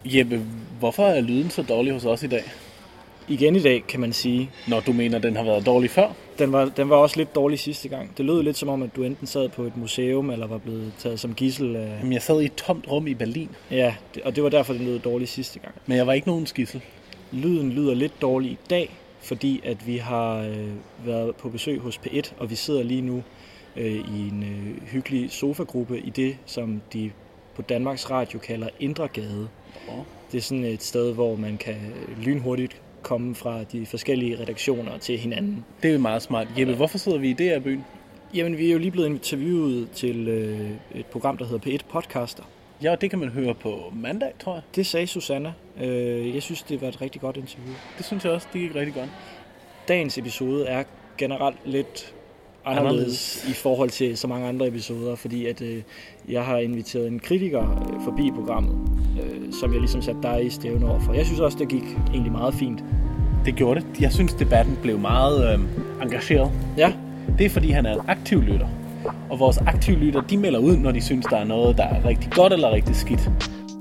Jeppe, hvorfor er lyden så dårlig hos os i dag? Igen i dag, kan man sige. Når du mener, den har været dårlig før? Den var også lidt dårlig sidste gang. Det lød lidt som om, at du enten sad på et museum, eller var blevet taget som gidsel. Jamen, jeg sad i et tomt rum i Berlin. Ja, og det var derfor, den lød dårlig sidste gang. Men jeg var ikke nogen gidsel. Lyden lyder lidt dårlig i dag, fordi at vi har været på besøg hos P1, og vi sidder lige nu i en hyggelig sofagruppe i det, som de på Danmarks Radio kalder Indre Gade. Det er sådan et sted, hvor man kan lynhurtigt komme fra de forskellige redaktioner til hinanden. Det er jo meget smart. Jeppe, hvorfor sidder vi i det her byen? Jamen, vi er jo lige blevet interviewet til et program, der hedder P1 Podcaster. Ja, det kan man høre på mandag, tror jeg. Det sagde Susanna. Jeg synes, det var et rigtig godt interview. Det synes jeg også, det gik rigtig godt. Dagens episode er generelt lidt anderledes i forhold til så mange andre episoder, fordi at jeg har inviteret en kritiker forbi programmet, som jeg ligesom satte dig i stævne over for. Jeg synes også, det gik egentlig meget fint. Det gjorde det. Jeg synes, debatten blev meget engageret. Ja. Det er, fordi han er en aktiv lytter. Og vores aktive lytter, de melder ud, når de synes, der er noget, der er rigtig godt eller rigtig skidt.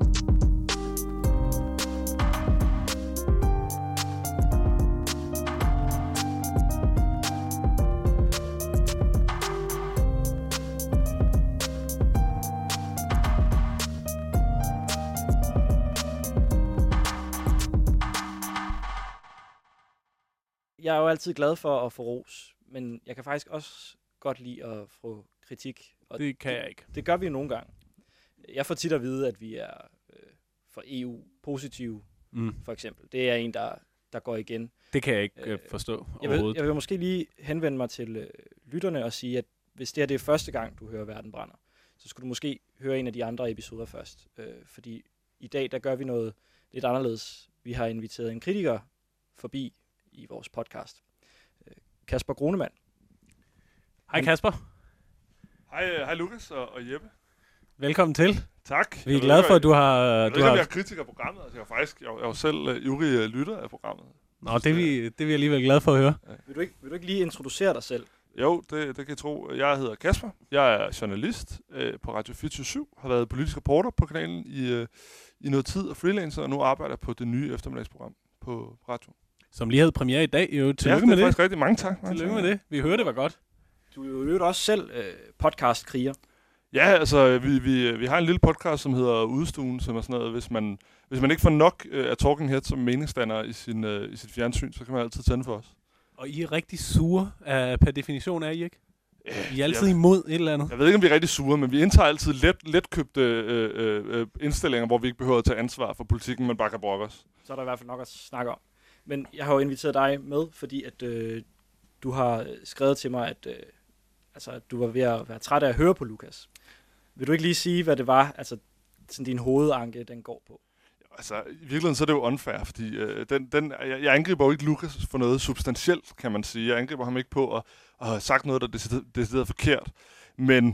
Jeg er jo altid glad for at få ros, men jeg kan faktisk også godt lide at få kritik. Og det kan jeg ikke. Det gør vi jo nogle gange. Jeg får tit at vide, at vi er for EU-positive, for eksempel. Det er en, der går igen. Det kan jeg ikke forstå overhovedet. Jeg vil måske lige henvende mig til lytterne og sige, at hvis det her det er første gang, du hører Verden brænder, så skulle du måske høre en af de andre episoder først. Fordi i dag, der gør vi noget lidt anderledes. Vi har inviteret en kritiker forbi i vores podcast. Kasper Gronemann. Hej Kasper. Hej Lukas og Jeppe. Velkommen til. Tak. Vi er glade for, at du har... Jeg er kritiker af programmet. Altså, jeg er jo selv ivrig lytter af programmet. Nå, det er vi alligevel glade for at høre. Ja. Vil du ikke lige introducere dig selv? Jo, det kan jeg tro. Jeg hedder Kasper. Jeg er journalist på Radio 24/7. Har været politisk reporter på kanalen i noget tid og freelancer, og nu arbejder jeg på det nye eftermiddagsprogram på radio. Som lige havde premiere i dag. Jo, tillykke med det. Ja, det er faktisk rigtig mange tak. Tillykke med det. Vi hørte det var godt. Du er jo også selv podcast-kriger. Ja, altså vi har en lille podcast, som hedder Udstuen, som er sådan noget, hvis man ikke får nok af Talking Heads som meningsstander i sit fjernsyn, så kan man altid tænde for os. Og I er rigtig sure per definition, er I ikke? I er altid imod et eller andet. Jeg ved ikke, om vi er rigtig sure, men vi indtager altid letkøbte indstillinger, hvor vi ikke behøver at tage ansvar for politikken, men bare kan brokke os. Så er der i hvert fald nok at snakke om. Men jeg har jo inviteret dig med, fordi at du har skrevet til mig, at du var ved at være træt af at høre på Lukas. Vil du ikke lige sige, hvad det var, altså sådan din hovedanke, den går på? Altså, i virkeligheden så er det jo unfair, fordi jeg angriber jo ikke Lukas for noget substantielt, kan man sige. Jeg angriber ham ikke på at have sagt noget, der er decideret forkert. Men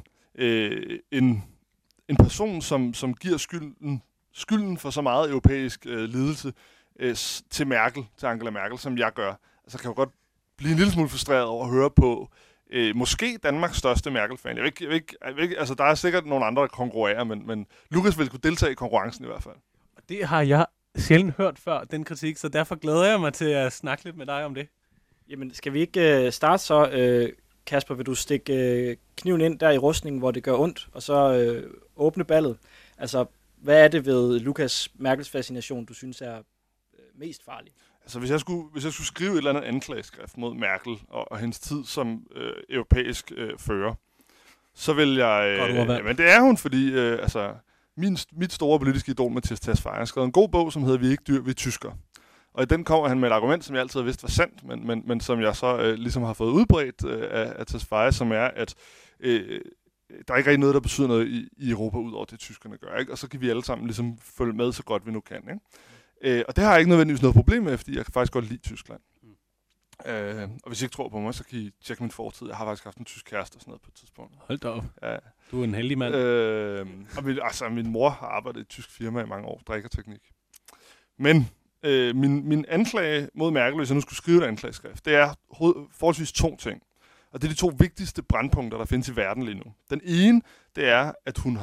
en person, som giver skylden for så meget europæisk lidelse til Angela Merkel, som jeg gør, altså kan jo godt blive en lille smule frustreret over at høre på måske Danmarks største Merkel-fan. Jeg vil ikke, altså der er sikkert nogle andre, der konkurrerer, men Lukas vil kunne deltage i konkurrencen i hvert fald. Det har jeg sjældent hørt før, den kritik, så derfor glæder jeg mig til at snakke lidt med dig om det. Jamen, skal vi ikke starte så, Kasper? Vil du stikke kniven ind der i rustningen, hvor det gør ondt, og så åbne ballet? Altså, hvad er det ved Lukas Merkels fascination, du synes er mest farlig? Altså, hvis jeg skulle skrive et eller andet anklageskrift mod Merkel og hendes tid som europæisk fører, så vil jeg... men det er hun, fordi mit store politiske idol, Mathias Tesfaye, har skrevet en god bog, som hedder Vi er ikke dyr, vi er tyskere. Og i den kommer han med et argument, som jeg altid har vidst var sandt, men som jeg så ligesom har fået udbredt af Tesfaye, som er, at der er ikke rigtig noget, der betyder noget i Europa, ud over det tyskerne gør, ikke? Og så kan vi alle sammen ligesom følge med, så godt vi nu kan, ikke? Og det har jeg ikke nødvendigvis noget problem med, fordi jeg kan faktisk godt lide Tyskland. Og hvis I ikke tror på mig, så kan I tjekke min fortid. Jeg har faktisk haft en tysk kæreste og sådan noget på et tidspunkt. Hold da op. Ja. Du er en heldig mand. Og min mor har arbejdet i et tysk firma i mange år, drikkerteknik. Men min anklage mod Merkel, hvis jeg nu skulle skrive et anklageskrift, det er forholdsvis 2 ting. Og det er de 2 vigtigste brandpunkter, der findes i verden lige nu. Den ene, det er, at hun har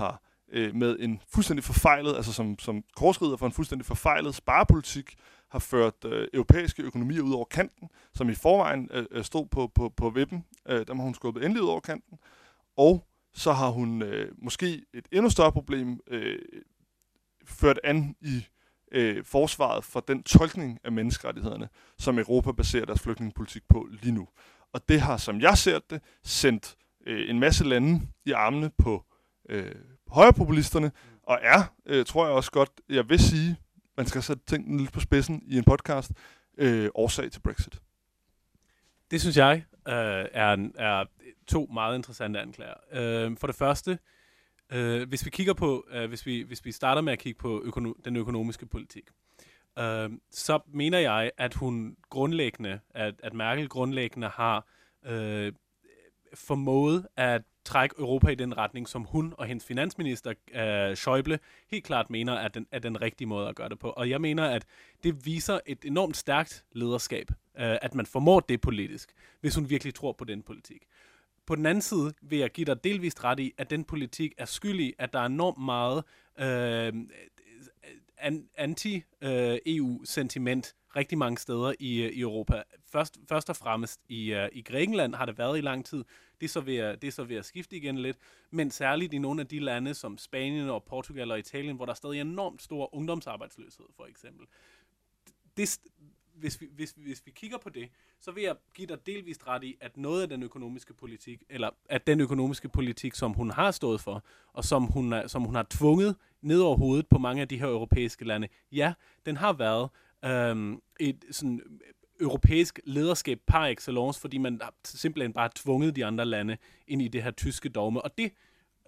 med en fuldstændig forfejlet, altså som korsrider for en fuldstændig forfejlet sparepolitik, har ført europæiske økonomier ud over kanten, som i forvejen stod på vippen. Dem har hun skubbet endelig ud over kanten. Og så har hun måske et endnu større problem ført an i forsvaret for den tolkning af menneskerettighederne, som Europa baserer deres flygtningepolitik på lige nu. Og det har, som jeg ser det, sendt en masse lande i armene på højrepopulisterne, og tror jeg også godt, jeg vil sige, man skal sætte tingene lidt på spidsen i en podcast, årsag til Brexit. Det synes jeg er to meget interessante anklager. For det første, hvis vi kigger på, hvis vi starter med at kigge på den økonomiske politik, så mener jeg, at hun grundlæggende, at Merkel grundlæggende har formået at trække Europa i den retning, som hun og hendes finansminister Schäuble helt klart mener er den rigtige måde at gøre det på. Og jeg mener, at det viser et enormt stærkt lederskab, at man formår det politisk, hvis hun virkelig tror på den politik. På den anden side vil jeg give dig delvist ret i, at den politik er skyldig, at der er enormt meget anti-EU-sentiment rigtig mange steder i Europa. Først og fremmest i Grækenland har det været i lang tid. Det er så ved at skifte igen lidt. Men særligt i nogle af de lande som Spanien og Portugal og Italien, hvor der er stadig enormt stor ungdomsarbejdsløshed, for eksempel. Hvis vi kigger på det, så vil jeg give dig delvist ret i, at noget af den økonomiske politik, eller at den økonomiske politik, som hun har stået for, og som hun har tvunget ned over hovedet på mange af de her europæiske lande, ja, den har været et sådan europæisk lederskab par excellence, fordi man simpelthen bare har tvunget de andre lande ind i det her tyske dogme, og det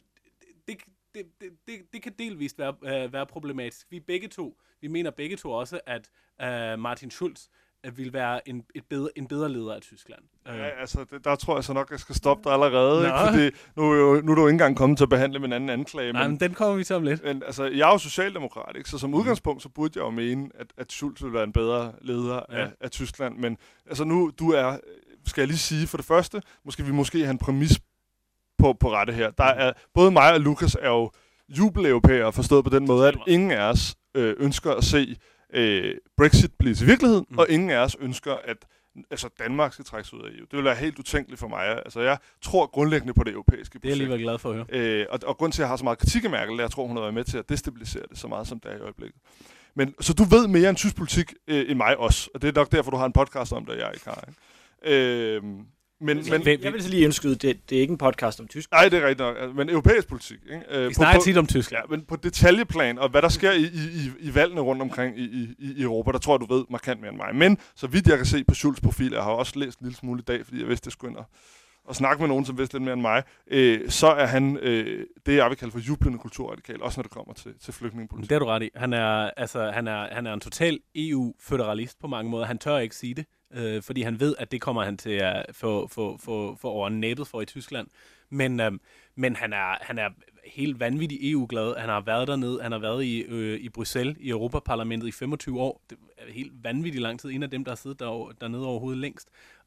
kan delvist være problematisk. Vi mener begge to også, at Martin Schulz vil være en bedre leder af Tyskland. Ja, altså, der tror jeg så nok, jeg skal stoppe dig allerede. Ikke? Fordi nu er du jo ikke engang kommet til at behandle med en anden anklage. Men den kommer vi til om lidt. Men, altså, jeg er jo socialdemokrat, ikke? Så som udgangspunkt, så burde jeg jo mene, at Schulz vil være en bedre leder af Tyskland. Men altså nu, skal jeg lige sige, for det første, vi måske have en præmis på rette her. Der er, både mig og Lukas er jo jubeleuropæere, forstået på den måde, at ingen af os ønsker at se Brexit blive til virkelighed, og ingen af os ønsker, at Danmark skal trækkes ud af EU. Det vil være helt utænkeligt for mig. Altså, jeg tror grundlæggende på det europæiske projekt. Det er jeg lige været glad for at høre. Og grund til, at jeg har så meget kritik af Merkel, jeg tror, hun har været med til at destabilisere det så meget, som det er i øjeblikket. Men, så du ved mere end tysk politik end mig også, og det er nok derfor, du har en podcast om det, jeg ikke har. Ikke? Jeg vil så lige indskyde, det er ikke en podcast om tysk. Nej, det er rigtigt nok. Men europæisk politik. Ikke? Vi snakker tit om Tyskland. Ja, men på detaljeplan, og hvad der sker i valgene rundt omkring i Europa, der tror jeg, du ved markant mere end mig. Men så vidt jeg kan se på Schulz' profil, jeg har også læst en lille smule i dag, fordi jeg vidste, jeg skulle ind og snakke med nogen, som vidste lidt mere end mig, så er han det, jeg vil kalde for jublende kulturradikal, også når det kommer til flygtningepolitik. Det er du ret i. Han er en total EU-føderalist på mange måder. Han tør ikke sige det, fordi han ved, at det kommer han til at få over næbet for i Tyskland. Men han er helt vanvittig EU-glad. Han har været dernede. Han har været i Bruxelles, i Europaparlamentet i 25 år. Det er helt vanvittig lang tid. En af dem, der har siddet dernede overhovedet længst.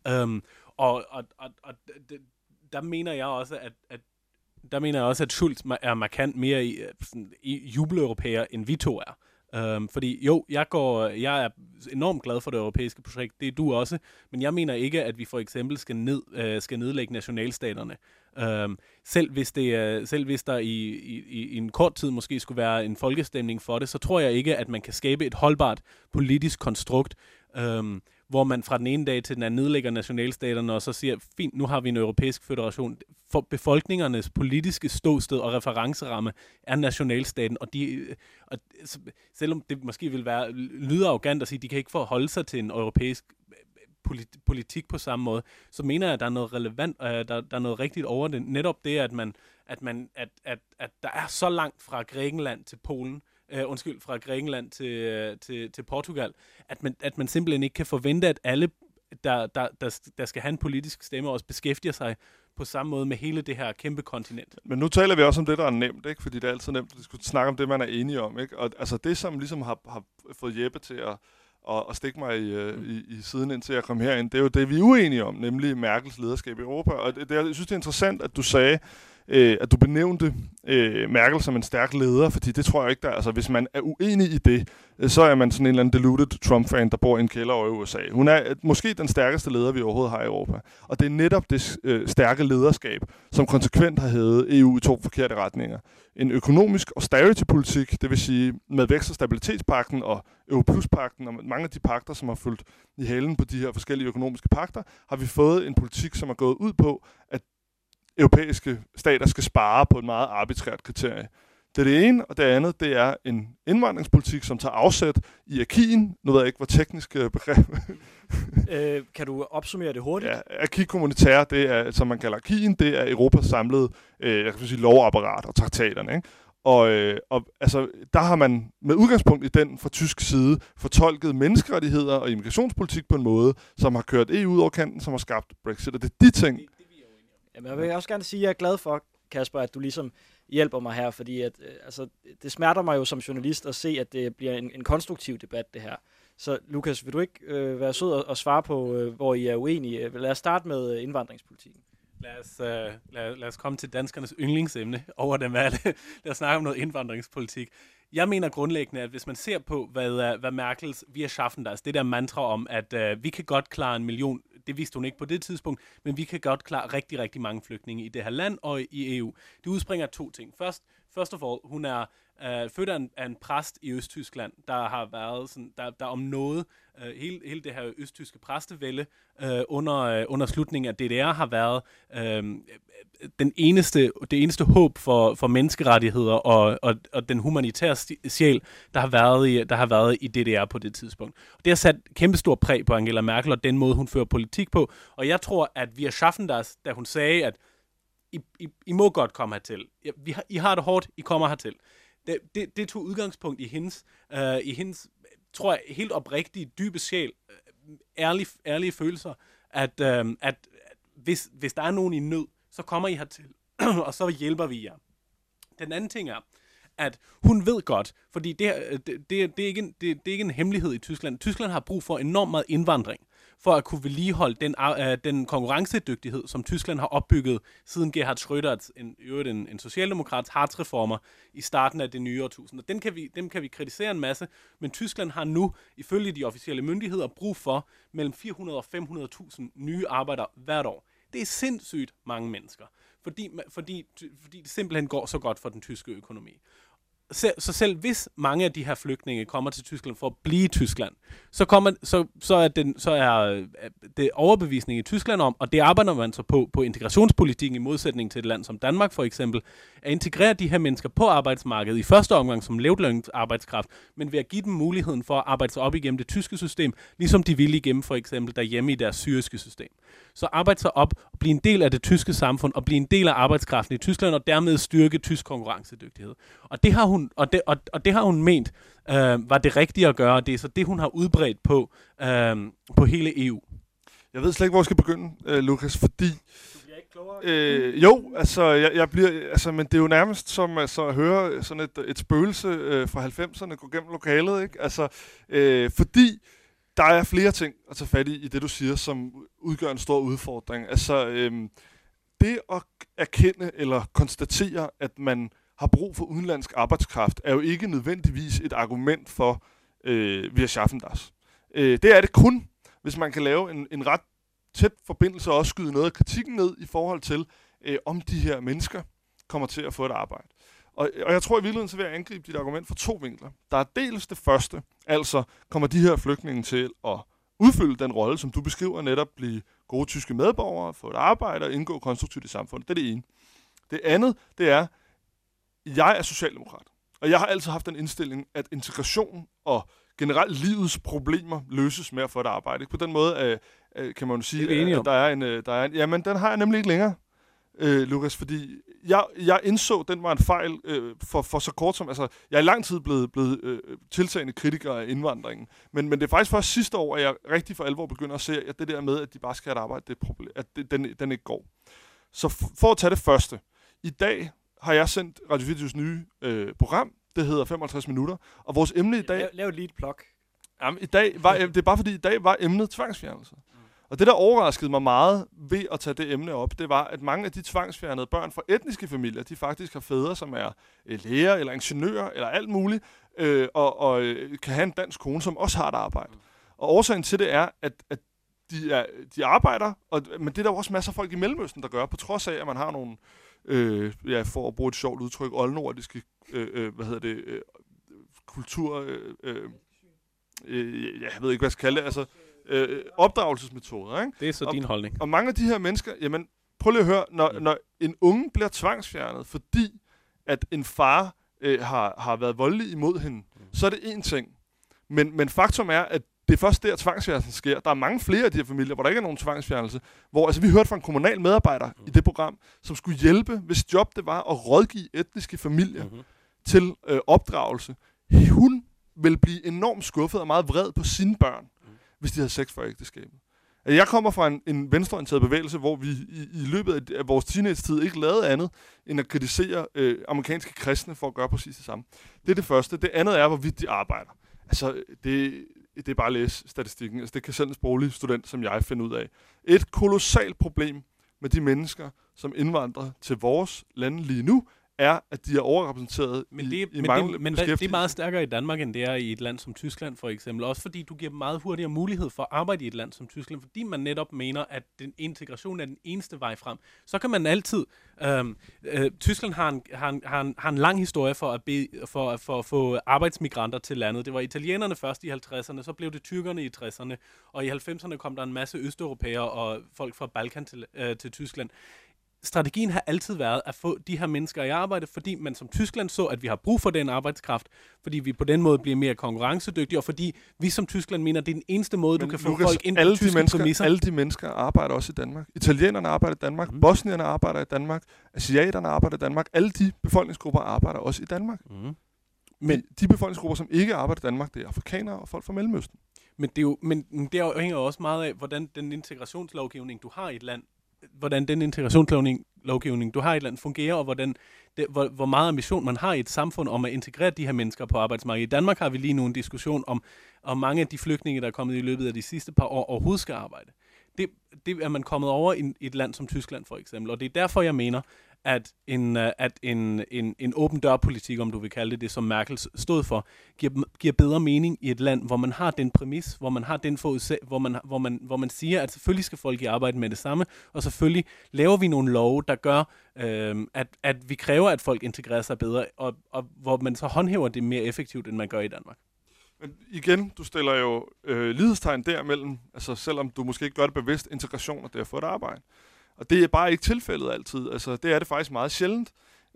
Og der mener jeg også, at Schulz er markant mere jubeleuropæer, end vi to er. Fordi jo, jeg er enormt glad for det europæiske projekt, det er du også, men jeg mener ikke, at vi for eksempel skal nedlægge nationalstaterne. Selv hvis der i en kort tid måske skulle være en folkestemning for det, så tror jeg ikke, at man kan skabe et holdbart politisk konstrukt, hvor man fra den ene dag til den anden nedlægger nationalstaterne, og så siger, fint, nu har vi en europæisk føderation. For befolkningernes politiske ståsted og referenceramme er nationalstaten, og selvom det måske vil lyde arrogant at sige, at de kan ikke forholde sig til en europæisk politik på samme måde, så mener jeg, at der er noget relevant, der er noget rigtigt over det. Netop det, at der er så langt fra Grækenland til Polen, fra Grækenland til Portugal, at man simpelthen ikke kan forvente, at alle, der skal have en politisk stemme, også beskæftiger sig på samme måde med hele det her kæmpe kontinent. Men nu taler vi også om det, der er nemt, ikke? Fordi det er altid nemt at snakke om det, man er enige om, ikke? Og altså det, som ligesom har fået Jeppe til at stikke mig i siden, indtil jeg kom herind, det er jo det, vi er uenige om, nemlig Merkels lederskab i Europa. Og jeg synes, det er interessant, at du sagde, at du benævnte Merkel som en stærk leder, fordi det tror jeg ikke, der altså hvis man er uenig i det, så er man sådan en eller anden deluded Trump-fan, der bor i en kælder over i USA. Hun er måske den stærkeste leder, vi overhovedet har i Europa. Og det er netop det stærke lederskab, som konsekvent har hævet EU i 2 forkerte retninger. En økonomisk austerity-politik, det vil sige med vækst- og stabilitetspagten og Euro-plus-pagten og mange af de pagter, som har fulgt i halen på de her forskellige økonomiske pagter, har vi fået en politik, som er gået ud på, at europæiske stater skal spare på et meget arbitrært kriterie. Det er det ene, og det andet, det er en indvandringspolitik, som tager afsæt i acquis. Nu ved jeg ikke, hvor teknisk begreb. Kan du opsummere det hurtigt? Ja, acquis communautaire, det er, som man kalder acquis, det er Europas samlede lovapparat og traktaterne. Ikke? Og altså, der har man med udgangspunkt i den fra tysk side fortolket menneskerettigheder og immigrationspolitik på en måde, som har kørt EU ud over kanten, som har skabt Brexit. Og det er de ting. Jamen, jeg vil også gerne sige, at jeg er glad for, Kasper, at du ligesom hjælper mig her, fordi at, altså, det smerter mig jo som journalist at se, at det bliver en konstruktiv debat, det her. Så Lukas, vil du ikke være sød og svare på, hvor I er uenige? Lad os starte med indvandringspolitikken. Lad os komme til danskernes yndlingsemne over dem alle. Lad os snakke om noget indvandringspolitik. Jeg mener grundlæggende, at hvis man ser på, hvad Merkels Wir schaffen das, det der mantra om, at vi kan godt klare 1 million, det vidste hun ikke på det tidspunkt, men vi kan godt klare rigtig, rigtig mange flygtninge i det her land og i EU. Det udspringer af 2 ting. First of all, hun er født af en præst i Østtyskland, der har været sådan, der om noget, hele det her østtyske præstevælde under slutningen af DDR har været det eneste håb for menneskerettigheder og den humanitære sjæl, der har været i DDR på det tidspunkt. Og det har sat kæmpestor præg på Angela Merkel og den måde, hun fører politik på. Og jeg tror, at wir schaffen das, da hun sagde, at I må godt komme hertil. I har det hårdt, I kommer hertil. Det tog udgangspunkt i hendes, tror jeg, helt oprigtige, dybe sjæl, ærlige følelser, at hvis der er nogen i nød, så kommer I hertil, og så hjælper vi jer. Den anden ting er, at hun ved godt, fordi det er ikke en hemmelighed i Tyskland. Tyskland har brug for enormt meget indvandring, for at kunne vedligeholde den konkurrencedygtighed, som Tyskland har opbygget siden Gerhard Schröders, en socialdemokrats Hartz-reformer i starten af det nye årtusinde. Dem kan vi kritisere en masse, men Tyskland har nu, ifølge de officielle myndigheder, brug for mellem 400 og 500.000 nye arbejdere hvert år. Det er sindssygt mange mennesker, fordi det simpelthen går så godt for den tyske økonomi. Så selv hvis mange af de her flygtninge kommer til Tyskland for at blive i Tyskland, så er det overbevisning i Tyskland om, og det arbejder man så på integrationspolitikken i modsætning til et land som Danmark for eksempel, at integrere de her mennesker på arbejdsmarkedet i første omgang som lavtlønnet arbejdskraft, men ved at give dem muligheden for at arbejde sig op igennem det tyske system, ligesom de ville igennem for eksempel derhjemme i deres syriske system. Så arbejde sig op og blive en del af det tyske samfund og blive en del af arbejdskraften i Tyskland og dermed styrke tysk konkurrencedygtighed. Og det har hun ment var det rigtige at gøre. Det er så det, hun har udbredt på hele EU. Jeg ved slet ikke, hvor jeg skal begynde, Lukas, fordi... Du bliver ikke klogere? Men det er jo nærmest som at høre sådan et spøgelse fra 90'erne gå gennem lokalet, ikke? Altså, fordi der er flere ting at tage fat i det, du siger, som udgør en stor udfordring. Altså, det at erkende eller konstatere, at man har brug for udenlandsk arbejdskraft, er jo ikke nødvendigvis et argument for wir schaffen das. Det er det kun, hvis man kan lave en ret tæt forbindelse og også skyde noget af kritikken ned i forhold til, om de her mennesker kommer til at få et arbejde. Og jeg tror i virkeligheden, så vil jeg angribe dit argument fra 2 vinkler. Der er dels det første, altså kommer de her flygtninge til at udfylde den rolle, som du beskriver, netop blive gode tyske medborgere, få et arbejde og indgå konstruktivt i samfundet. Det er det ene. Det andet, det er, jeg er socialdemokrat, og jeg har altid haft den indstilling, at integration og generelt livets problemer løses med at få et arbejde. På den måde kan man jo sige, at der er en... Jamen, den har jeg nemlig ikke længere, Lukas, fordi jeg indså, den var en fejl for så kort som... Altså, jeg er i lang tid blevet tiltagende kritiker af indvandringen, men det er faktisk først sidste år, at jeg rigtig for alvor begynder at se, at det der med, at de bare skal have et arbejde, det er et problem, at den ikke går. Så for at tage det første. I dag har jeg sendt Radio 24's nye program. Det hedder 55 minutter. Og vores emne i dag... Lav et lead plug. Jamen, det er bare fordi, i dag var emnet tvangsfjernelse. Og det, der overraskede mig meget ved at tage det emne op, det var, at mange af de tvangsfjernede børn fra etniske familier, de faktisk har fædre, som er læger eller ingeniører eller alt muligt, og kan have en dansk kone, som også har et arbejde. Og årsagen til det er, at de arbejder, men det er der også masser af folk i Mellemøsten, der gør, på trods af, at man har nogle, for at bruge et sjovt udtryk, oldnordiske, kultur, jeg ved ikke, hvad jeg skal kalde det, altså opdragelsesmetoder. Ikke? Det er så din holdning. Og mange af de her mennesker, jamen, prøv lige at høre, når en unge bliver tvangsfjernet, fordi at en far har været voldelig imod hende, så er det én ting. Men faktum er, at det er først der, tvangsfjernelsen sker. Der er mange flere af de her familier, hvor der ikke er nogen tvangsfjernelse. Hvor, altså, vi hørte fra en kommunal medarbejder i det program, som skulle hjælpe, hvis job det var at rådgive etniske familier til opdragelse. Hun vil blive enormt skuffet og meget vred på sine børn, hvis de havde sex for ægteskabet. Jeg kommer fra en venstreorienteret bevægelse, hvor vi i løbet af vores teenage-tid ikke lavede andet, end at kritisere amerikanske kristne for at gøre præcis det samme. Det er det første. Det andet er, hvorvidt de arbejder. Altså, det er bare at læse statistikken. Altså, det kan selv en sproglig student som jeg finde ud af. Et kolossalt problem med de mennesker, som indvandrer til vores lande lige nu, er, at de er overrepræsenteret i mange men det er meget stærkere i Danmark, end det er i et land som Tyskland, for eksempel. Også fordi du giver meget hurtigere mulighed for at arbejde i et land som Tyskland, fordi man netop mener, at den integration er den eneste vej frem. Så kan man altid... Tyskland har en lang historie for at få arbejdsmigranter til landet. Det var italienerne først i 50'erne, så blev det tyrkerne i 60'erne, og i 90'erne kom der en masse østeuropæere og folk fra Balkan til Tyskland. Strategien har altid været at få de her mennesker i arbejde, fordi man som Tyskland så, at vi har brug for den arbejdskraft, fordi vi på den måde bliver mere konkurrencedygtige, og fordi vi som Tyskland mener, at det er den eneste måde, du kan få folk ind på tyske præmisser. Alle de mennesker arbejder også i Danmark. Italienerne arbejder i Danmark, bosnierne arbejder i Danmark, asiaterne arbejder i Danmark. Alle de befolkningsgrupper arbejder også i Danmark. Men de befolkningsgrupper, som ikke arbejder i Danmark, det er afrikanere og folk fra Mellemøsten. Men det afhænger også meget af, hvordan den integrationslovgivning, du har i et land, fungerer, og hvor meget ambition man har i et samfund om at integrere de her mennesker på arbejdsmarkedet. I Danmark har vi lige nu en diskussion om mange af de flygtninge, der er kommet i løbet af de sidste par år, overhovedet skal arbejde. Det er man kommet over i et land som Tyskland, for eksempel. Og det er derfor, jeg mener, at en åben dør-politik, om du vil kalde det, som Merkel stod for, giver bedre mening i et land, hvor man har den præmis, hvor man har den hvor man siger, at selvfølgelig skal folk i arbejde med det samme, og selvfølgelig laver vi nogle love, der gør, at vi kræver, at folk integrerer sig bedre, og hvor man så håndhæver det mere effektivt, end man gør i Danmark. Men igen, du stiller jo lighedstegn der mellem, altså selvom du måske ikke gør det bevidst, integration og det at få et arbejde. Og det er bare ikke tilfældet altid. Altså, det er det faktisk meget sjældent.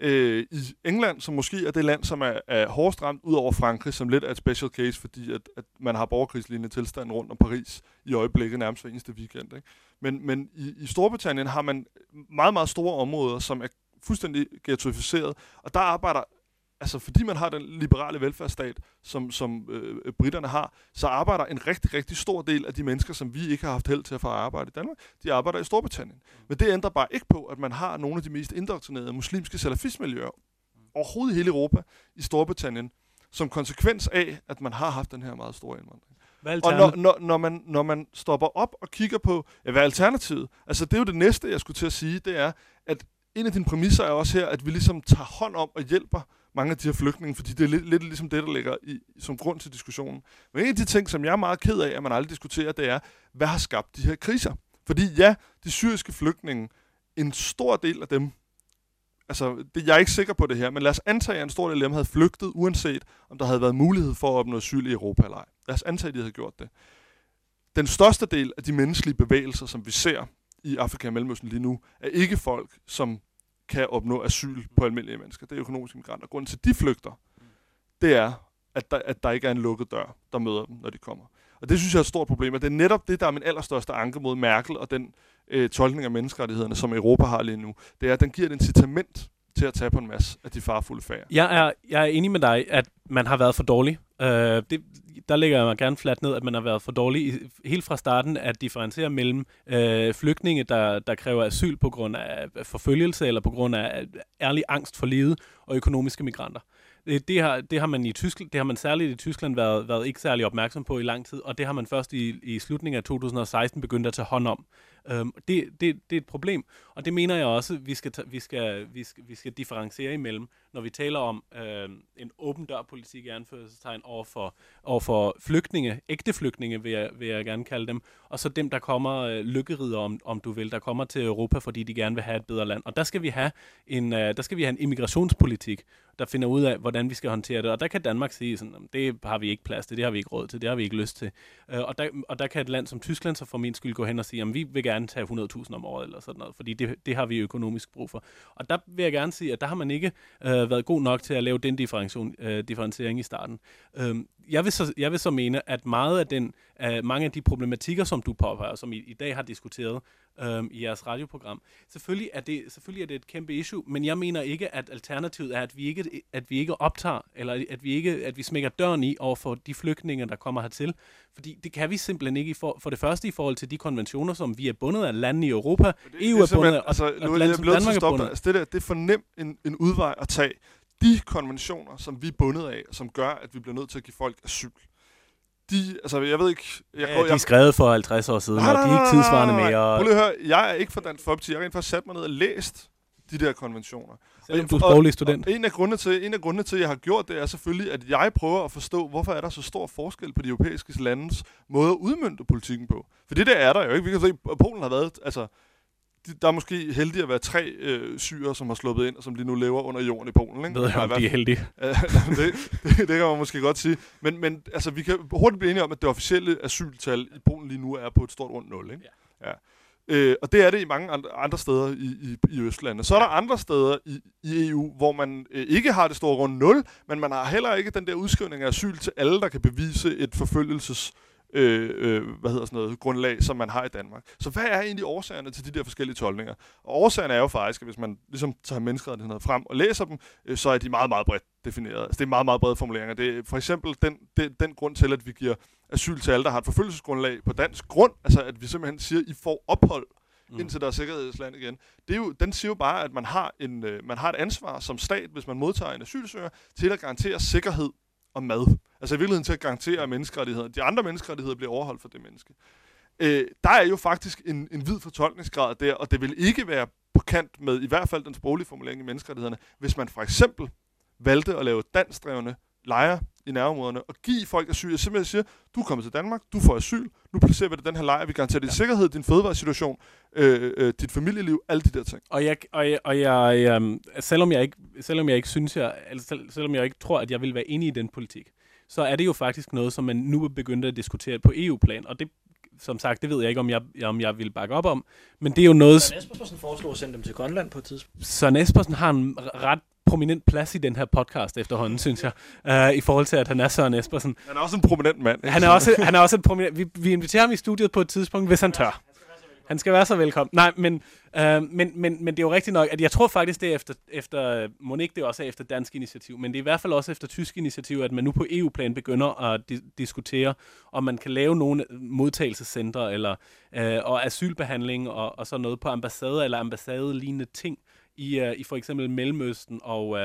I England, som måske er det land, som er hårdest ramt, ud over Frankrig, som lidt er et special case, fordi at man har borgerkrigslignende tilstand rundt om Paris i øjeblikket nærmest hver eneste weekend. Ikke? Men i Storbritannien har man meget, meget store områder, som er fuldstændig ghettoificeret, og der arbejder, altså fordi man har den liberale velfærdsstat, som britterne har, så arbejder en rigtig, rigtig stor del af de mennesker, som vi ikke har haft held til at få arbejde i Danmark, de arbejder i Storbritannien. Men det ændrer bare ikke på, at man har nogle af de mest indoktrinerede muslimske salafistmiljøer overhovedet i hele Europa i Storbritannien, som konsekvens af, at man har haft den her meget store indvandring. Og når man stopper op og kigger på, hvad er alternativet? Altså det er jo det næste, jeg skulle til at sige, det er, at en af dine præmisser er også her, at vi ligesom tager hånd om og hjælper mange af de her flygtninge, fordi det er lidt ligesom det, der ligger som grund til diskussionen. Men en af de ting, som jeg er meget ked af, at man aldrig diskuterer, det er, hvad har skabt de her kriser? Fordi ja, de syriske flygtninge, en stor del af dem, altså jeg er ikke sikker på det her, men lad os antage, at en stor del af dem havde flygtet, uanset om der havde været mulighed for at opnå asyl i Europa eller ej. Lad os antage, at de havde gjort det. Den største del af de menneskelige bevægelser, som vi ser i Afrika og Mellemøsten lige nu, er ikke folk, som kan opnå asyl på almindelige mennesker. Det er økonomiske migranter. Grunden til, at de flygter, det er, at der ikke er en lukket dør, der møder dem, når de kommer. Og det synes jeg er et stort problem, og det er netop det, der er min allerstørste anke mod Merkel og den tolkning af menneskerettighederne, som Europa har lige nu. Det er, at den giver et incitament til at tage på en masse af de farfulde færger. Jeg er enig med dig, at man har været for dårlig. Der lægger jeg mig gerne fladt ned, at man har været for dårlig helt fra starten at differentiere mellem flygtninge, der kræver asyl på grund af forfølgelse eller på grund af ærlig angst for livet, og økonomiske migranter. Det har man i Tyskland, det har man særligt i Tyskland været ikke særlig opmærksom på i lang tid, og det har man først i slutningen af 2016 begyndt at tage hånd om. Det er et problem, og det mener jeg også, vi skal differentiere imellem, når vi taler om en åben dør-politik i anførselstegn over for flygtninge, ægte flygtninge vil jeg gerne kalde dem, og så dem, der kommer lykkerider, om du vil, der kommer til Europa, fordi de gerne vil have et bedre land. Og der skal vi have en immigrationspolitik, der finder ud af, hvordan vi skal håndtere det. Og der kan Danmark sige, sådan, det har vi ikke plads til, det har vi ikke råd til, det har vi ikke lyst til. Og der kan et land som Tyskland så for min skyld gå hen og sige, at vi vil gerne tage 100.000 om året, eller sådan noget, fordi det har vi økonomisk brug for. Og der vil jeg gerne sige, at der har man ikke været god nok til at lave den differentiering i starten. Jeg vil så mene, at mange af de problematikker, som du påpeger, som I dag har diskuteret i jeres radioprogram, selvfølgelig er det et kæmpe issue, men jeg mener ikke, at alternativet er, at vi ikke optager, eller at vi smækker døren i over for de flygtninge, der kommer hertil. Fordi det kan vi simpelthen ikke for det første i forhold til de konventioner, som vi er bundet af landene i Europa. EU er bundet af, og land som Danmark er bundet. Altså det er for nemt en udvej at tage. De konventioner, som vi er bundet af, som gør, at vi bliver nødt til at give folk asyl, jeg ved ikke... de er skrevet for 50 år siden, og de er ikke tidsvarende mere. Prøv lige at høre, jeg er ikke fra Dansk Folkeparti. Jeg har rent faktisk sat mig ned og læst de der konventioner. Selvom du er sproglig student. En af grundene til, at jeg har gjort det, er selvfølgelig, at jeg prøver at forstå, hvorfor er der så stor forskel på de europæiske landes måde at udmønte politikken på. For det der er der jo ikke. Vi kan se, at Polen har været... Altså, der er måske heldige at være 3 syrer, som har sluppet ind, og som lige nu lever under jorden i Polen. Ikke? Ved jeg, om de er heldige. det kan man måske godt sige. Men altså, vi kan hurtigt blive enige om, at det officielle asyltal i Polen lige nu er på et stort rundt 0. Ikke? Ja. Og det er det i mange andre steder i Østlandet. Så er der andre steder i EU, hvor man ikke har det store rundt 0, men man har heller ikke den der udskrivning af asyl til alle, der kan bevise et forfølgelses grundlag, som man har i Danmark. Så hvad er egentlig årsagerne til de der forskellige tolkninger? Og årsagerne er jo faktisk, at hvis man ligesom tager menneskerettighederne frem og læser dem, så er de meget, meget bredt defineret. Altså det er meget, meget brede formuleringer. Det er for eksempel den grund til, at vi giver asyl til alle, der har et forfølgelsesgrundlag på dansk grund, altså at vi simpelthen siger, at I får ophold, indtil der er sikkerhedsland igen. Den siger jo bare, at man har et ansvar som stat, hvis man modtager en asylsøger, til at garantere sikkerhed og mad. Altså i virkeligheden til at garantere, at de andre menneskerettigheder bliver overholdt for det menneske. Der er jo faktisk en vid fortolkningsgrad der, og det vil ikke være på kant med i hvert fald den sproglige formulering i menneskerettighederne, hvis man for eksempel valgte at lave danskdrevne lejre i nærområderne og give folk asyl. Jeg simpelthen siger, du kommer til Danmark, du får asyl, nu placerer vi dig den her lejr, vi garanterer din sikkerhed, din fødevaresituation, dit familieliv, alle de der ting. Selvom jeg ikke tror, at jeg vil være enig i den politik, så er det jo faktisk noget, som man nu er begyndt at diskutere på EU-plan, og det, som sagt, det ved jeg ikke, om jeg vil bakke op om, men det er jo noget... Søren Espersen foreslår at sende dem til Grønland på et tidspunkt. Søren Espersen har en ret prominent plads i den her podcast efterhånden, synes jeg, i forhold til, at han er Søren Espersen. Han er også en prominent mand. Han er også en prominent... Vi inviterer ham i studiet på et tidspunkt, hvis han tør. Han skal være så velkommen. Nej, men det er jo rigtigt nok, at jeg tror faktisk, det er efter må ikke det også er efter dansk initiativ, men det er i hvert fald også efter tysk initiativ, at man nu på EU-plan begynder at diskutere, om man kan lave nogle modtagelsescentre eller og asylbehandling og sådan noget på ambassader eller ambassadelignende ting i for eksempel Mellemøsten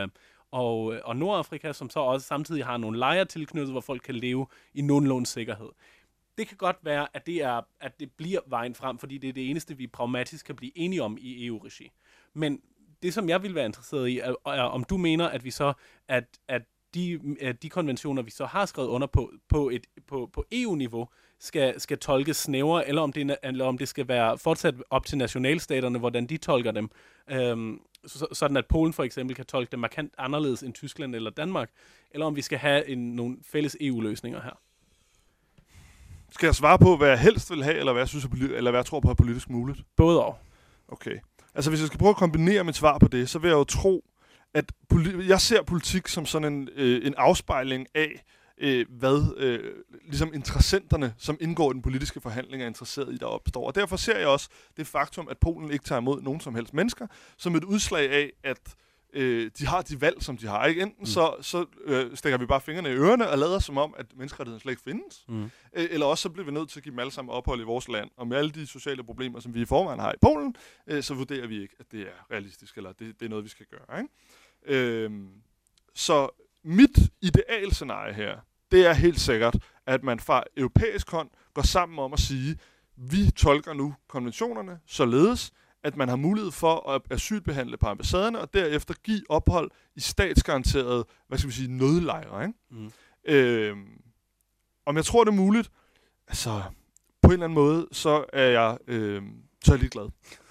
og Nordafrika, som så også samtidig har nogle lejre tilknyttet, hvor folk kan leve i nogenlunde sikkerhed. Det kan godt være, at det bliver vejen frem, fordi det er det eneste, vi pragmatisk kan blive enige om i EU-regi. Men det, som jeg vil være interesseret i, er om du mener, at vi så, at de konventioner, vi så har skrevet under på EU-niveau, skal tolkes snævere, eller om det skal være fortsat op til nationalstaterne, hvordan de tolker dem. Sådan at Polen for eksempel kan tolke dem markant anderledes end Tyskland eller Danmark, eller om vi skal have nogle fælles EU-løsninger her. Skal jeg svare på, hvad jeg helst vil have, eller hvad jeg tror på er politisk muligt? Både og. Okay. Altså, hvis jeg skal prøve at kombinere mit svar på det, så vil jeg jo tro, at jeg ser politik som sådan en afspejling af, hvad ligesom interessenterne, som indgår i den politiske forhandling, er interesseret i, der opstår. Og derfor ser jeg også det faktum, at Polen ikke tager imod nogen som helst mennesker, som et udslag af, at de har de valg, som de har. Ikke? Enten så stikker vi bare fingrene i ørerne og lader som om, at menneskerettigheden slet ikke findes. Eller også så bliver vi nødt til at give dem alle sammen ophold i vores land. Og med alle de sociale problemer, som vi i forvejen har i Polen, så vurderer vi ikke, at det er realistisk, eller det er noget, vi skal gøre. Ikke? Så mit idealscenarie her, det er helt sikkert, at man fra europæisk hånd går sammen om at sige, vi tolker nu konventionerne således, at man har mulighed for at asylbehandle på ambassaderne, og derefter give ophold i statsgaranterede, nødlejre. Ikke? Om jeg tror, det er muligt, altså på en eller anden måde, så er jeg ligeglad.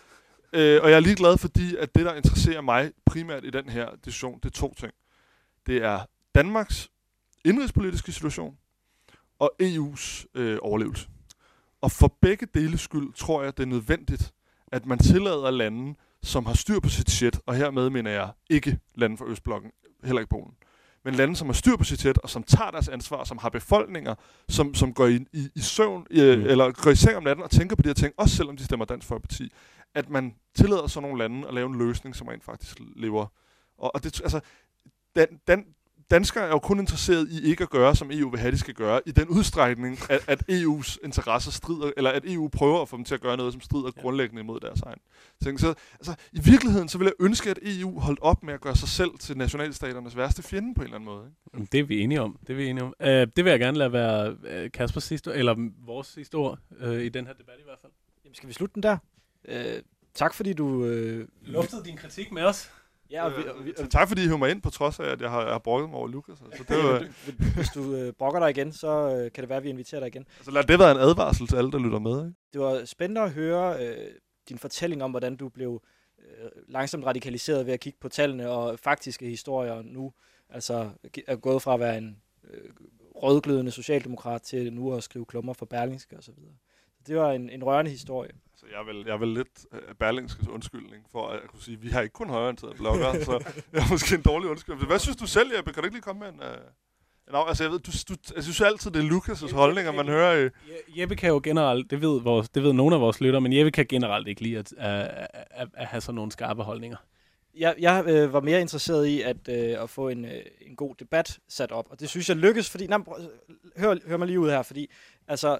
Og jeg er ligeglad, fordi at det, der interesserer mig primært i den her diskussion, det er 2 ting. Det er Danmarks indrigspolitiske situation og EU's overlevelse. Og for begge dele skyld tror jeg, det er nødvendigt, at man tillader lande, som har styr på sit shit, og hermed mener jeg ikke lande fra Østblokken, heller ikke Polen, men lande, som har styr på sit shit, og som tager deres ansvar, som har befolkninger, som går i søvn, eller går i seng om natten og tænker på de her ting, også selvom de stemmer Dansk Folkeparti, at man tillader sådan nogle lande at lave en løsning, som rent faktisk lever. Og det, altså, danskere er jo kun interesseret i ikke at gøre, som EU vil have, de skal gøre, i den udstrækning, at EU's interesser strider, eller at EU prøver at få dem til at gøre noget, som strider grundlæggende imod deres egen ting. Så altså, i virkeligheden, så vil jeg ønske, at EU holdt op med at gøre sig selv til nationalstaternes værste fjende på en eller anden måde. Ikke? Det er vi enige om. Det vil jeg gerne lade være Kaspers sidste, eller vores sidste ord i den her debat i hvert fald. Jamen, skal vi slutte den der? Tak fordi du luftede din kritik med os. Ja, tak fordi I hører mig ind, på trods af, at jeg har brokket mig over Lukas. Så det var, hvis du brokker dig igen, så kan det være, at vi inviterer dig igen. Altså lad det være en advarsel til alle, der lytter med. Ikke? Det var spændende at høre din fortælling om, hvordan du blev langsomt radikaliseret ved at kigge på tallene og faktiske historier nu. Altså er gået fra at være en rødglødende socialdemokrat til nu at skrive klummer for Berlingske osv. Det var en rørende historie. Altså, jeg er vel lidt Berlingskes undskyldning for at kunne sige, at vi har ikke kun højreorienterede bloggere, så jeg er måske en dårlig undskyldning. Hvad synes du selv, Jeppe? Kan du ikke lige komme med en altså, jeg ved, jeg synes altid, det er Lukas' holdninger, man hører i. Jeppe kan jo generelt, det ved nogle af vores lyttere, men Jeppe kan generelt ikke lide at have sådan nogle skarpe holdninger. Jeg var mere interesseret i at få en god debat sat op, og det synes jeg lykkes, fordi, hør mig lige ud her, fordi altså,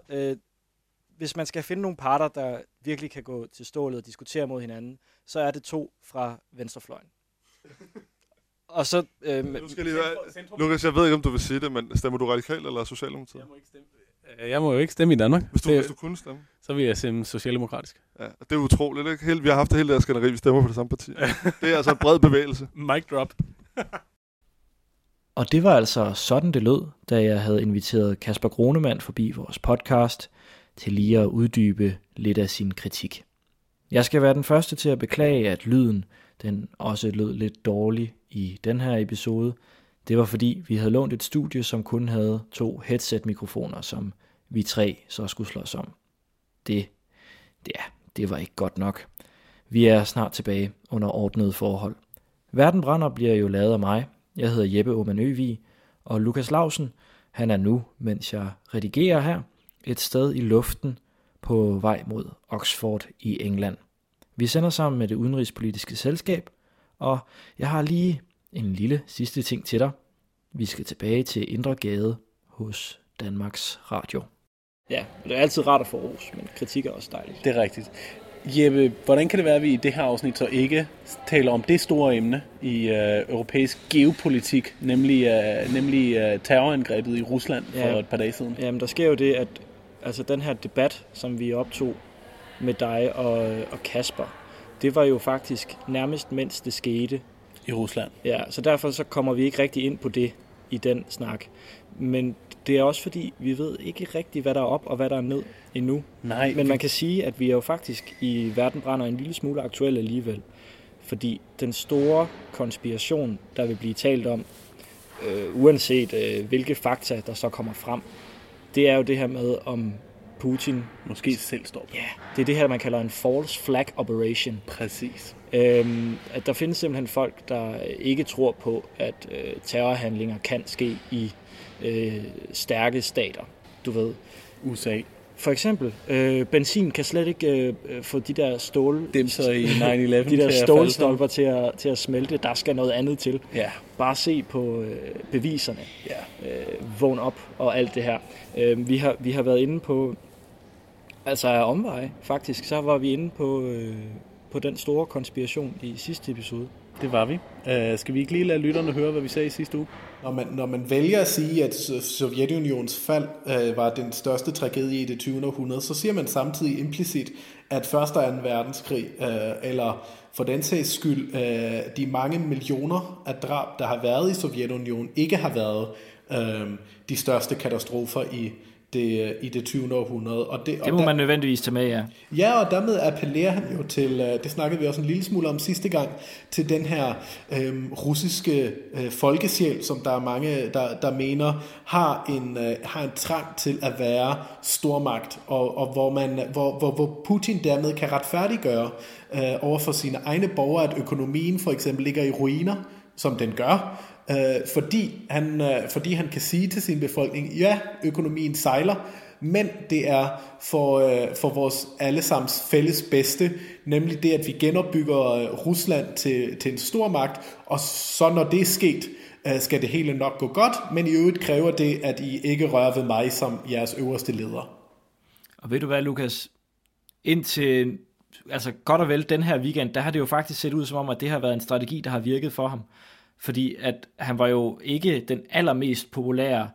hvis man skal finde nogle parter, der virkelig kan gå til stålet og diskutere mod hinanden, så er det 2 fra venstrefløjen. Og så... nu skal jeg lige høre, Lukas, jeg ved ikke, om du vil sige det, men stemmer du radikal eller socialdemokratisk? Jeg må jo ikke stemme i Danmark. Hvis du kunne stemme? Så vil jeg stemme socialdemokratisk. Ja, det er utroligt, ikke? Vi har haft det hele der skænderi, vi stemmer på det samme parti. Det er altså en bred bevægelse. Mic drop. Og det var altså sådan, det lød, da jeg havde inviteret Kasper Gronemann forbi vores podcast, til lige at uddybe lidt af sin kritik. Jeg skal være den første til at beklage, at lyden den også lød lidt dårlig i den her episode. Det var fordi, vi havde lånt et studie, som kun havde 2 headset-mikrofoner, som vi 3 så skulle slås om. Det var ikke godt nok. Vi er snart tilbage under ordnede forhold. Verden brænder bliver jo lavet af mig. Jeg hedder Jeppe Aumann Øvig, og Lukas Lausen, han er nu, mens jeg redigerer her, et sted i luften på vej mod Oxford i England. Vi sender sammen med det udenrigspolitiske selskab, og jeg har lige en lille sidste ting til dig. Vi skal tilbage til Indre Gade hos Danmarks Radio. Ja, det er altid rart at få ros, men kritik er også dejligt. Det er rigtigt. Jeppe, hvordan kan det være, at vi i det her afsnit så ikke taler om det store emne i europæisk geopolitik, nemlig terrorangrebet i Rusland for et par dage siden? Jamen, der sker jo det, at altså, den her debat, som vi optog med dig og Kasper, det var jo faktisk nærmest mens det skete. I Rusland. Ja, så derfor så kommer vi ikke rigtig ind på det i den snak. Men det er også fordi, vi ved ikke rigtig, hvad der er op og hvad der er ned endnu. Nej. Men man kan sige, at vi er jo faktisk i Verden brænder en lille smule aktuelle alligevel. Fordi den store konspiration, der vil blive talt om, uanset hvilke fakta, der så kommer frem, det er jo det her med, om Putin måske selv står på. Ja, det er det her, man kalder en false flag operation. Præcis. At der findes simpelthen folk, der ikke tror på, at terrorhandlinger kan ske i stærke stater. Du ved. USA. For eksempel, benzin kan slet ikke få de der dimser i 9/11 de der stålstolper til at smelte. Der skal noget andet til. Ja. Bare se på beviserne. Ja. Vågn op og alt det her. Vi har været inde på, altså af omveje faktisk, så var vi inde på den store konspiration i sidste episode. Det var vi. Skal vi ikke lige lade lytterne høre, hvad vi sagde i sidste uge? Når man vælger at sige, at Sovjetunions fald var den største tragedie i det 20. århundrede, så siger man samtidig implicit, at første og anden verdenskrig, eller for den sags skyld, de mange millioner af drab, der har været i Sovjetunionen, ikke har været de største katastrofer i det 20. århundrede. Det må man nødvendigvis tage med, ja. Ja, og dermed appellerer han jo til, det snakkede vi også en lille smule om sidste gang, til den her russiske folkesjæl, som der er mange, der mener, har en trang til at være stormagt, og hvor Putin dermed kan retfærdiggøre over for sine egne borgere, at økonomien for eksempel ligger i ruiner, som den gør, fordi han kan sige til sin befolkning, ja, økonomien sejler, men det er for vores allesammens fælles bedste, nemlig det, at vi genopbygger Rusland til en stor magt, og så når det er sket, skal det hele nok gå godt, men i øvrigt kræver det, at I ikke rører ved mig som jeres øverste leder. Og ved du hvad, Lukas? Indtil godt og vel den her weekend, der har det jo faktisk set ud som om, at det har været en strategi, der har virket for ham. Fordi at han var jo ikke den allermest populære,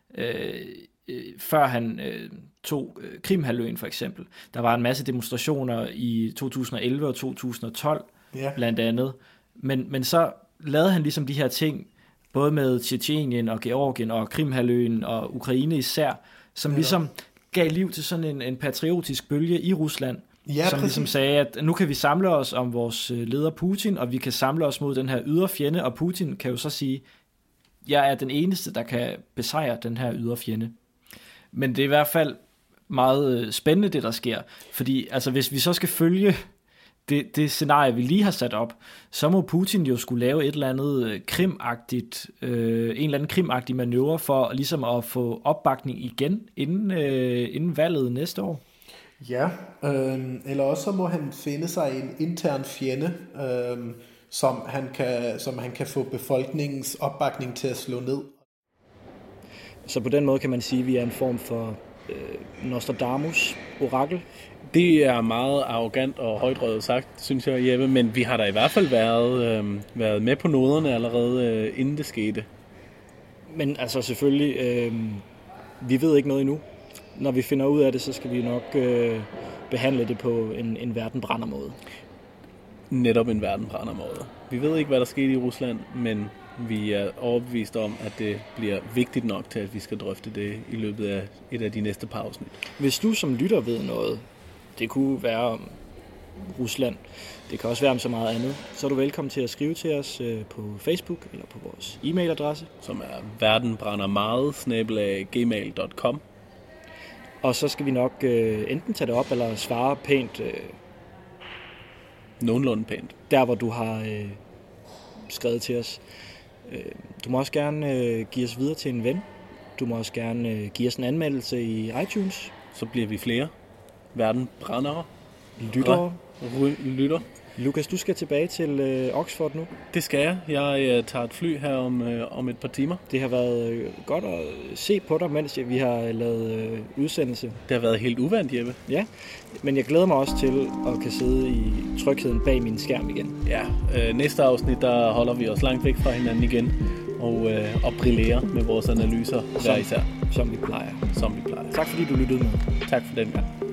før han tog Krimhalvøen for eksempel. Der var en masse demonstrationer i 2011 og 2012 blandt andet. Men så lavede han ligesom de her ting, både med Tjetjenien og Georgien og Krimhalvøen og Ukraine især, som ligesom gav liv til sådan en patriotisk bølge i Rusland. Ja, som ligesom sagde, at nu kan vi samle os om vores leder Putin, og vi kan samle os mod den her ydre fjende, og Putin kan jo så sige, jeg er den eneste, der kan besejre den her ydre fjende. Men det er i hvert fald meget spændende, det der sker, fordi altså, hvis vi så skal følge det scenarie, vi lige har sat op, så må Putin jo skulle lave et eller andet krimagtigt, en eller anden krimagtig manøvre for ligesom at få opbakning igen inden valget næste år. Ja, eller også så må han finde sig en intern fjende, som han kan få befolkningens opbakning til at slå ned. Så på den måde kan man sige, at vi er en form for Nostradamus orakel. Det er meget arrogant og højtrøjet sagt, synes jeg, Jeppe, men vi har da i hvert fald været med på noderne allerede, inden det skete. Men altså selvfølgelig, vi ved ikke noget endnu. Når vi finder ud af det, så skal vi nok behandle det på en verdenbrændermåde. Netop en verdenbrændermåde. Vi ved ikke, hvad der skete i Rusland, men vi er overbevist om, at det bliver vigtigt nok til, at vi skal drøfte det i løbet af et af de næste par afsnit. Hvis du som lytter ved noget, det kunne være om Rusland, det kan også være om så meget andet, så er du velkommen til at skrive til os på Facebook eller på vores e-mailadresse, som er verdenbrændermeget@gmail.com. Og så skal vi nok enten tage det op eller svare pænt. Nogenlunde pænt. Der, hvor du har skrevet til os. Du må også gerne give os videre til en ven. Du må også gerne give os en anmeldelse i iTunes. Så bliver vi flere. Verdenbrændere. Lytter. Lukas, du skal tilbage til Oxford nu. Det skal jeg. Jeg tager et fly her om et par timer. Det har været godt at se på dig, mens vi har lavet udsendelse. Det har været helt uvandt, Jeppe. Ja, men jeg glæder mig også til at kan sidde i trygheden bag min skærm igen. Ja, næste afsnit, der holder vi os langt væk fra hinanden igen og brillerer med vores analyser hver især. Som vi plejer. Som vi plejer. Tak fordi du lyttede med. Tak for den gang.